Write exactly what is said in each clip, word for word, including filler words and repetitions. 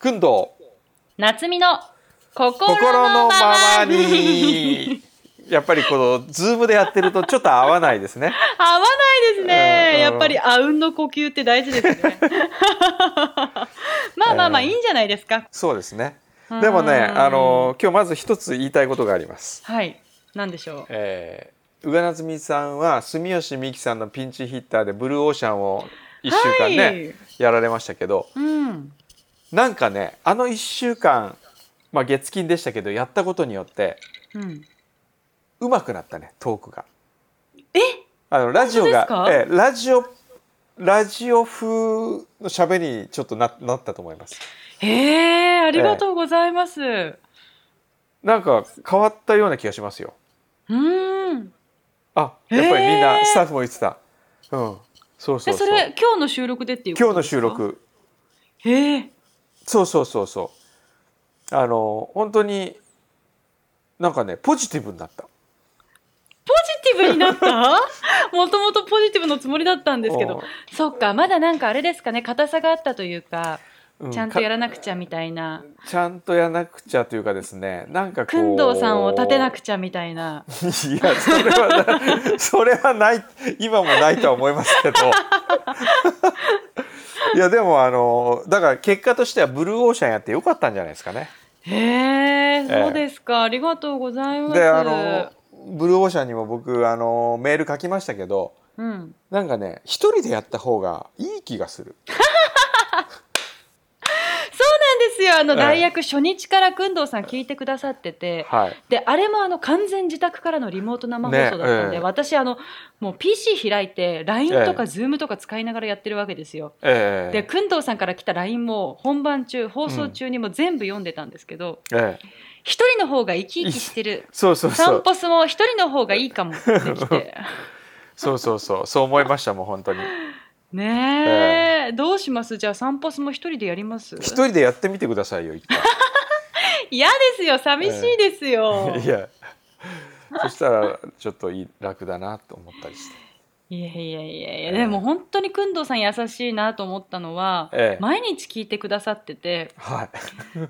くんどう夏美の心心ののままままににやっぱりこのズームでやってるとちょっと合わないですね。 合わないですね、 うんうんやっぱりあうんの呼吸って大事ですねまあまあまあ、 えーいいんじゃないですか。 そうですね。でもね、あの今日まず一つ言いたいことがあります。 はい、何でしょう。 えー、宇賀なつみさんは住吉美希さんのピンチヒッターでブルーオーシャンをいっしゅうかんね、はい、やられましたけど、 うん、 なんかねあのいっしゅうかん、まあ、月金でしたけどやったことによって、うん、上手くなったね、トークが。 えあのラジオが、えラジオラジオ風の喋りにちょっと な, なったと思います。 へえ、ありがとうございます、えー、なんか変わったような気がしますよ。 うん、 あ、やっぱりみんなスタッフも言ってた。うん、そうそうそう。 それ今日の収録でっていうことですか？ 今日の収録。 へえ。そうそうそうそう。あの本当になんかねポジティブになった。 ポジティブになったもともとポジティブのつもりだったんですけど、そっか、まだなんかあれですかね、硬さがあったというか、うん、ちゃんとやらなくちゃみたいな、 ちゃんとやらなくちゃというかですね、なんかこうくんどうさんを立てなくちゃみたいな。 いや、それはそれはない、今もないとは思いますけどいやでもあのだから結果としてはブルーオーシャンやってよかったんじゃないですかね。 へえ、そうですか、えー、ありがとうございます。 で、あのブルーオーシャンにも僕あのメール書きましたけど、うん、なんかね一人でやった方がいい気がするそうなんですよ。あの代役初日からくんどうさん聞いてくださってて、はい、であれもあの完全自宅からのリモート生放送だったんで、ねえー、私あのもう ピーシー 開いて ライン とか Zoom とか使いながらやってるわけですよ、えー、でくんどうさんから来た ライン も本番中放送中にも全部読んでたんですけど、うん、えー一人の方が生き生きしてる。 そうそうそう。 散歩スも一人の方がいいかもってきてそうそうそうそう思いましたもん本当に。 ねえ、えー、どうします？じゃあ散歩スも一人でやります？ 一人でやってみてくださいよ一回嫌ですよ、寂しいですよ、 えー、いやそしたらちょっといい楽だなと思ったりして。 いやいやいやいや、でも本当にくんどうさん優しいなと思ったのは、ええ、毎日聞いてくださってて、はい、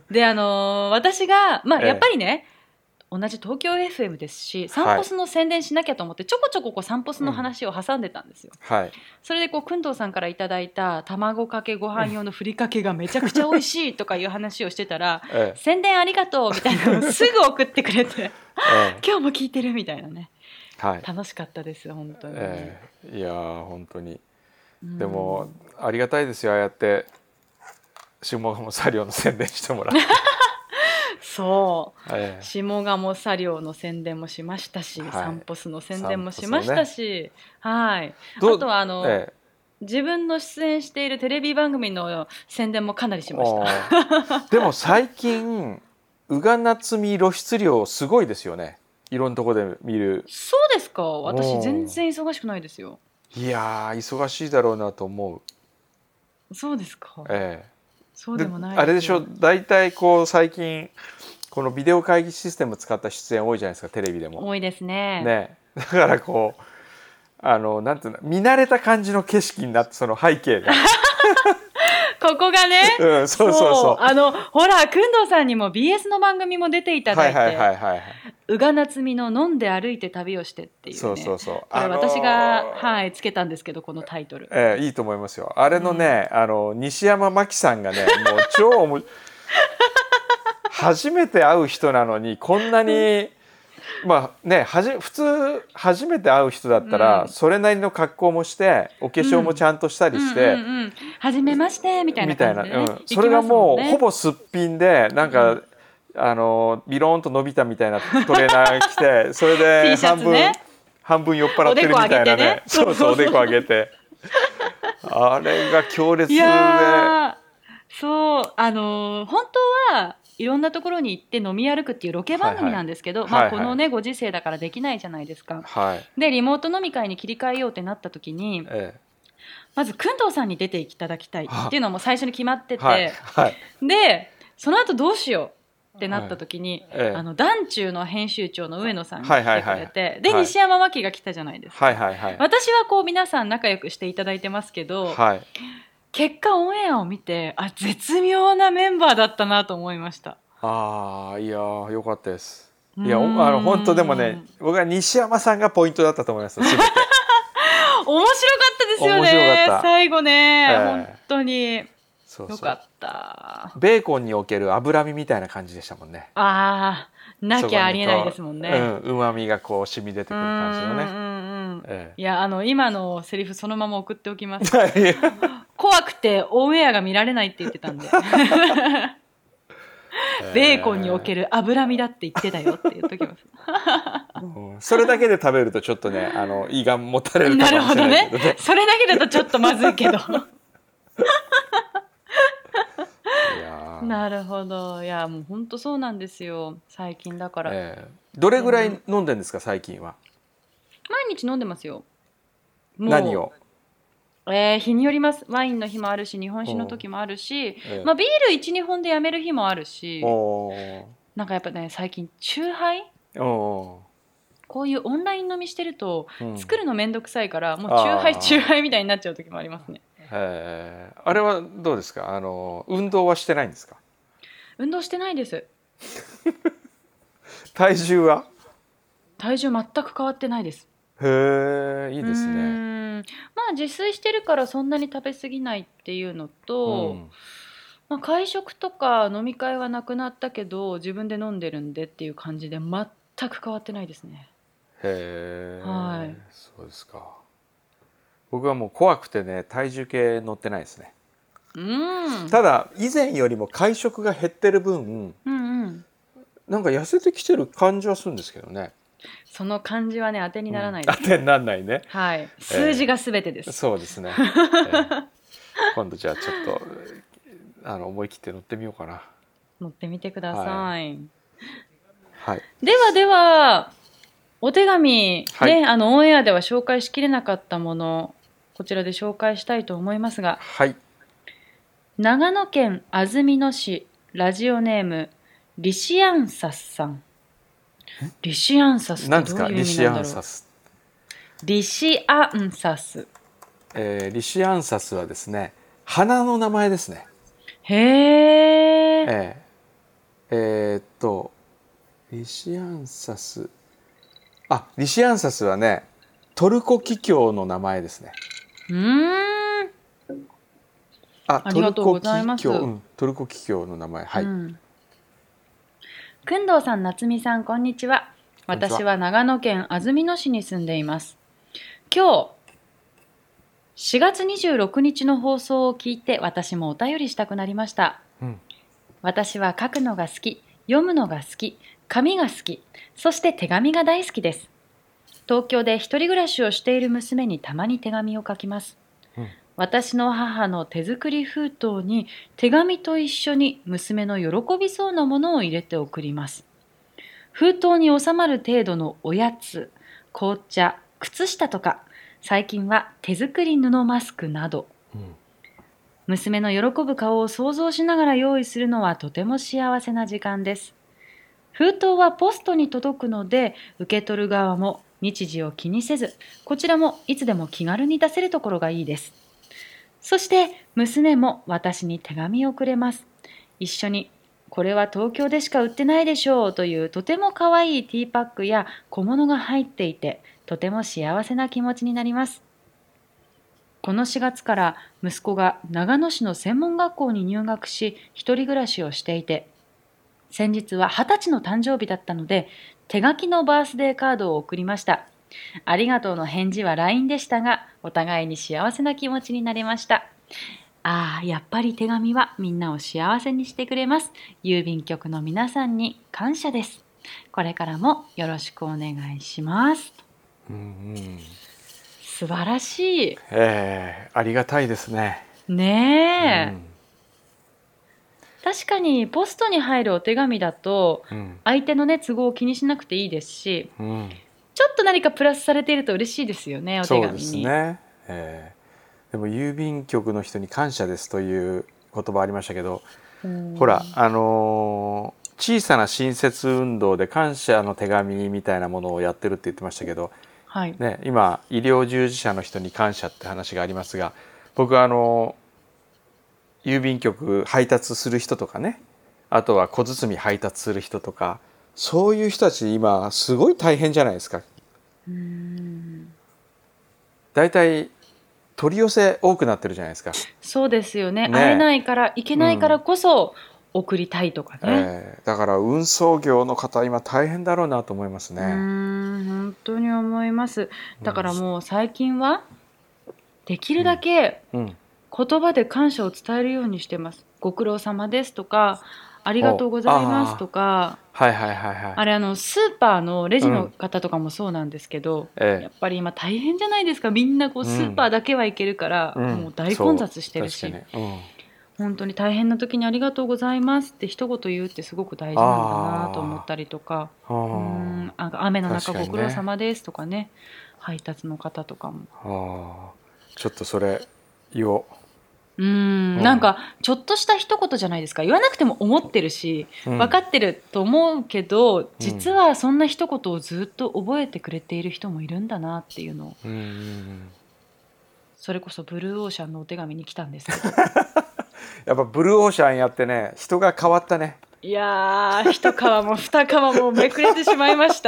であの私がまあやっぱりね、ええ、同じ東京 エフエム ですし、サンポスの宣伝しなきゃと思ってちょこちょここうサンポスの話を挟んでたんですよ、うん、はい、それでこうくんどうさんからいただいた卵かけご飯用のふりかけがめちゃくちゃ美味しいとかいう話をしてたら、ええ、宣伝ありがとうみたいなのをすぐ送ってくれて、ええ、今日も聞いてるみたいなね、はい、楽しかったです本当に、 えー、いや本当に、うん、でもありがたいですよ、ああやって下鴨茶寮の宣伝してもらってそう、えー、下鴨茶寮の宣伝もしましたし、はい、サンポスの宣伝もしましたし、ね、はい、あとはあの、えー、自分の出演しているテレビ番組の宣伝もかなりしましたでも最近宇賀なつみ露出量すごいですよね、いろんなところで見る。 そうですか、私全然忙しくないですよ。 いやー忙しいだろうなと思う。そうですか、 ええ、 そうでもないですよ。 あれでしょ、大体こう最近このビデオ会議システム使った出演多いじゃないですか、テレビでも。 多いですね。 ね、だからこうあのなんていうの、見慣れた感じの景色になって、その背景がここがね、 うん、そうそうそう、 あのほらくんどうさんにも ビーエス の番組も出ていただいて、はいはいはいはい、宇賀なつみの飲んで歩いて旅をしてっていうね、そうそうそう、これ私が、あのーはい、つけたんですけどこのタイトル、 えー、いいと思いますよ。あれのね、うん、あの西山真紀さんがねもう超面白い初めて会う人なのにこんなにまあね、はじ普通初めて会う人だったら、うん、それなりの格好もしてお化粧もちゃんとしたりして、 うんうんうんうん、初めましてみたいな感じで、ね、 みたいな、うん、それがもう、ね、ほぼすっぴんでなんか、うん、あのビローンと伸びたみたいなトレーナー着てそれで半分、ね、半分酔っ払ってるみたいな ね, ねそうそうおでこ上げてあれが強烈で、いやそうあの本当はいろんなところに行って飲み歩くっていうロケ番組なんですけど、はいはい、まあ、このねご時世だからできないじゃないですか、はい、でリモート飲み会に切り替えようってなった時に、ええ、まずくんどうさんに出ていただきたいっていうのも最初に決まってて、はいはい、でその後どうしようってなった時に、はい、ええ、あの団中の編集長の上野さんが来てくれて、はいはいはい、で、はい、西山真紀が来たじゃないですか、はいはいはい、私はこう皆さん仲良くしていただいてますけど、はい、 結果オンエアを見て、あ、絶妙なメンバーだったなと思いました。 ああ、いやーよかったです。いや、あの本当でもね、僕は西山さんがポイントだったと思います。全て面白かったですよね、最後ね、えー、本当にそうそうよかった。 ベーコンにおける脂身みたいな感じでしたもんね。 ああ、なきゃありえないですもんね。 うま、み、がこう染み出てくる感じのね。うんうんうん、ええ、いや、あの今のセリフそのまま送っておきます。怖くてオンエアが見られないって言ってたんで。ベーコンにおける脂身だって言ってたよって言っときます。 うん、それだけで食べるとちょっとね、あの胃がもたれるかもしれないけどね。なるほどね。 それだけだとちょっとまずいけど。 いやなるほど。いや、もう本当そうなんですよ。最近だから。 えー、どれぐらい飲んでんですか、最近は。 毎日飲んでますよ。 もう何を？ えー、日によります。ワインの日もあるし、日本酒の時もあるし、ええ、まあ、ビールいち、にほんでやめる日もあるし、なんかやっぱね、最近チューハイ、こういうオンライン飲みしてると、うん、作るのめんどくさいからもうチューハイチューハイみたいになっちゃう時もありますね。 へー、あれはどうですか？あの運動はしてないんですか？ 運動してないです。 体重は？ 体重全く変わってないです。 へえ、いいですね。 まあ自炊してるからそんなに食べ過ぎないっていうのと、うん、まあ、会食とか飲み会はなくなったけど自分で飲んでるんでっていう感じで全く変わってないですね。 へえ、 はい、 そうですか。僕はもう怖くてね、体重計乗ってないですね。 うん、 ただ以前よりも会食が減ってる分、 うんうん、 なんか痩せてきてる感じはするんですけどね。 その漢字はね、当てにならないです、 うん、当てにならないね。 はい、数字がすべてです、 えー、そうですね。えー、今度じゃあちょっとあの思い切って乗ってみようかな。 乗ってみてください。はい。 はい、 ではではお手紙、はい、ね、あのオンエアでは紹介しきれなかったもの、こちらで紹介したいと思いますが、 はい、 長野県安曇野市ラジオネームリシアンサスさん。リシアンサスってどういう意味なんだろう。リシアンサス。リシアンサス。 えー、リシアンサスはですね、花の名前ですね。 へえ。 えー、えー、っとリシアンサス。あ、リシアンサスはね、トルコキキョウの名前ですね。 うーん。あ、ありがとうございます。 うん、トルコキキョウの名前。はい。うん、 くんどうさん、なつみさん、こんにちは。私は長野県安曇野市に住んでいます。今日しがつにじゅうろくにちの放送を聞いて私もお便りしたくなりました。うん、私は書くのが好き、読むのが好き、紙が好き、そして手紙が大好きです。東京で一人暮らしをしている娘にたまに手紙を書きます。うん、私の母の手作り封筒に手紙と一緒に娘の喜びそうなものを入れて送ります。封筒に収まる程度のおやつ、紅茶、靴下とか、最近は手作り布マスクなど、うん、娘の喜ぶ顔を想像しながら用意するのはとても幸せな時間です。封筒はポストに届くので、受け取る側も日時を気にせず、こちらもいつでも気軽に出せるところがいいです。そして娘も私に手紙をくれます。一緒にこれは東京でしか売ってないでしょうというとても可愛いティーパックや小物が入っていて、とても幸せな気持ちになります。このしがつから息子が長野市の専門学校に入学し、一人暮らしをしていて、先日ははたちの誕生日だったので、手書きのバースデーカードを送りました。ありがとうの返事は ライン でしたが、お互いに幸せな気持ちになりました。ああ、やっぱり手紙はみんなを幸せにしてくれます。郵便局の皆さんに感謝です。これからもよろしくお願いします。うんうん、素晴らしい。 えー、ありがたいですね。 ねえ、うん、確かにポストに入るお手紙だと、うん、相手のね都合を気にしなくていいですし、うん、ちょっと何かプラスされていると嬉しいですよね、お手紙に。そうですね。 えー、でも郵便局の人に感謝ですという言葉ありましたけど、ほらあのー、小さな親切運動で感謝の手紙みたいなものをやってるって言ってましたけど、はいね、今医療従事者の人に感謝って話がありますが、僕はあの郵便局配達する人とかね、あとは小包配達する人とか、そういう人たち今すごい大変じゃないですか。 うーん、 だいたい取り寄せ多くなってるじゃないですか。 そうですよね。 ね会えないから行けないからこそ送りたいとかね、 えーだから運送業の方今大変だろうなと思いますうーね。 ん、本当に思います。だからもう最近はできるだけうん言葉で感謝を伝えるようにしてます。ご苦労様ですとか、ありがとうございますとか、 はいはいはいはい。 あれあのスーパーのレジの方とかもそうなんですけど、 ええやっぱり今大変じゃないですか。みんなこうスーパーだけは行けるから、 うんもう大混雑してるし、 そう確かにうん本当に大変な時にありがとうございますって一言言うってすごく大事なんだなと思ったりとか、 あーうーん、あ雨の中確かにねご苦労様ですとかね、配達の方とかも。 あーちょっとそれ言おうーん、なんかちょっとした一言じゃないですか。言わなくても思ってるし、 うん分かってると思うけど、実はそんな一言をずっと覚えてくれている人もいるんだなっていうのを、 う。うんうんうんそれこそブルーオーシャンのお手紙に来たんですけど。 やっぱブルーオーシャンやってね、人が変わったね。 いやー、一皮も二皮もめくれてしまいました。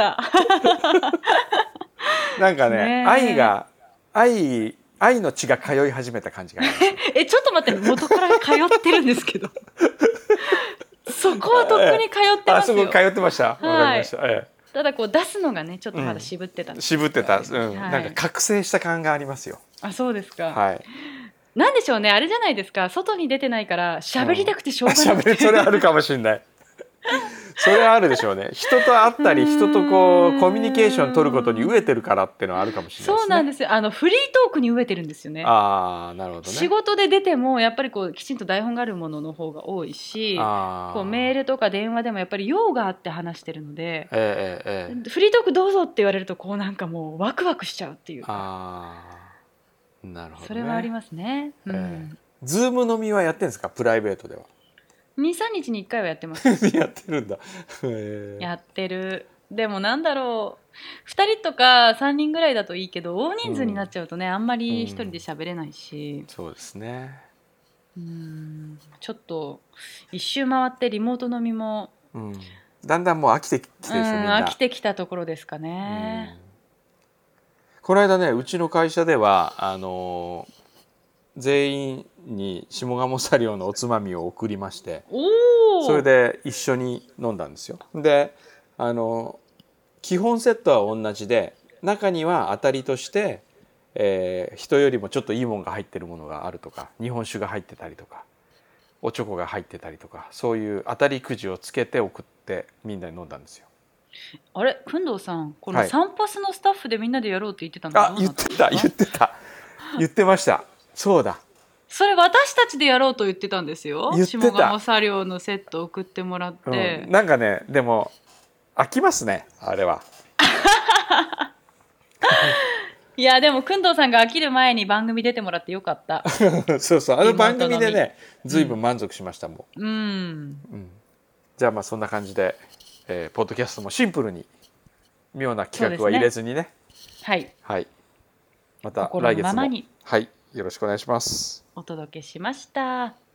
なんかね、 ねえ愛が愛愛の血が通い始めた感じがあります。 え、ちょっと待って、元から通ってるんですけど。そこはとっくに通ってますよ。 あそこ通ってました。わかりました。えただこう出すのがね、ちょっとまだ渋ってたんえ、 です。 渋ってた、うんはいなんか覚醒した感がありますよ。 あ、そうですか。 はい。 なんでしょうね、あれじゃないですか。外に出てないから喋りたくてしょうがなくて。 喋りそれあるかもしれない。それはあるでしょうね。人と会ったり人とこうコミュニケーション取ることに飢えてるからっていうのはあるかもしれないですね。 そうなんですよ。あのフリートークに飢えてるんですよね。 ああ、なるほどね。 仕事で出てもやっぱりこうきちんと台本があるものの方が多いし、 あーこうメールとか電話でもやっぱり用があって話してるので、 ええええええフリートークどうぞって言われるとこうなんかもうワクワクしちゃうっていうか、 ああ、なるほどね。 それはありますね。うんええズーム飲みはやってんですか、プライベートでは。 に、さんにちにいっかいはやってます。 やってるんだ。へえやってる。でもなんだろう、ふたりとかさんにんぐらいだといいけど大人数になっちゃうとね、あんまり一人で喋れないし、 そうですね。 うーん、ちょっと一周回ってリモート飲みも、 うん、だんだんもう飽きてきてるでしょ、 うん、 みんな。 飽きてきたところですかうね。 んこの間ね、うちの会社ではあのー全員に下鴨サリオのおつまみを送りまして、 おお。 それで一緒に飲んだんですよ。で、あの基本セットは同じで、中には当たりとして、えー人よりもちょっといいものが入ってるものがあるとか、日本酒が入ってたりとか、おチョコが入ってたりとか、そういう当たりくじをつけて送ってみんなに飲んだんですよ。 あれ、工藤さん、このはいサンパスのスタッフでみんなでやろうって言ってたのはあ、 どうな言ったてっんですか？ た言ってた言ってました。そうだ。 それ私たちでやろうと言ってたんですよ。 言ってた下鴨サリオのセット送ってもらって、 うん、なんかね、でも飽きますね、あれは。 いやでも工藤さんが飽きる前に番組出てもらってよかった。 そうそう、あの番組でね、 リずいぶん満足しましたもん。 うん、 うん、じゃあまあそんな感じで、えーポッドキャストもシンプルに妙な企画は入れずにね、 はい、 はい、また心の来月もままにはい、よろしくお願いします。 お届けしました。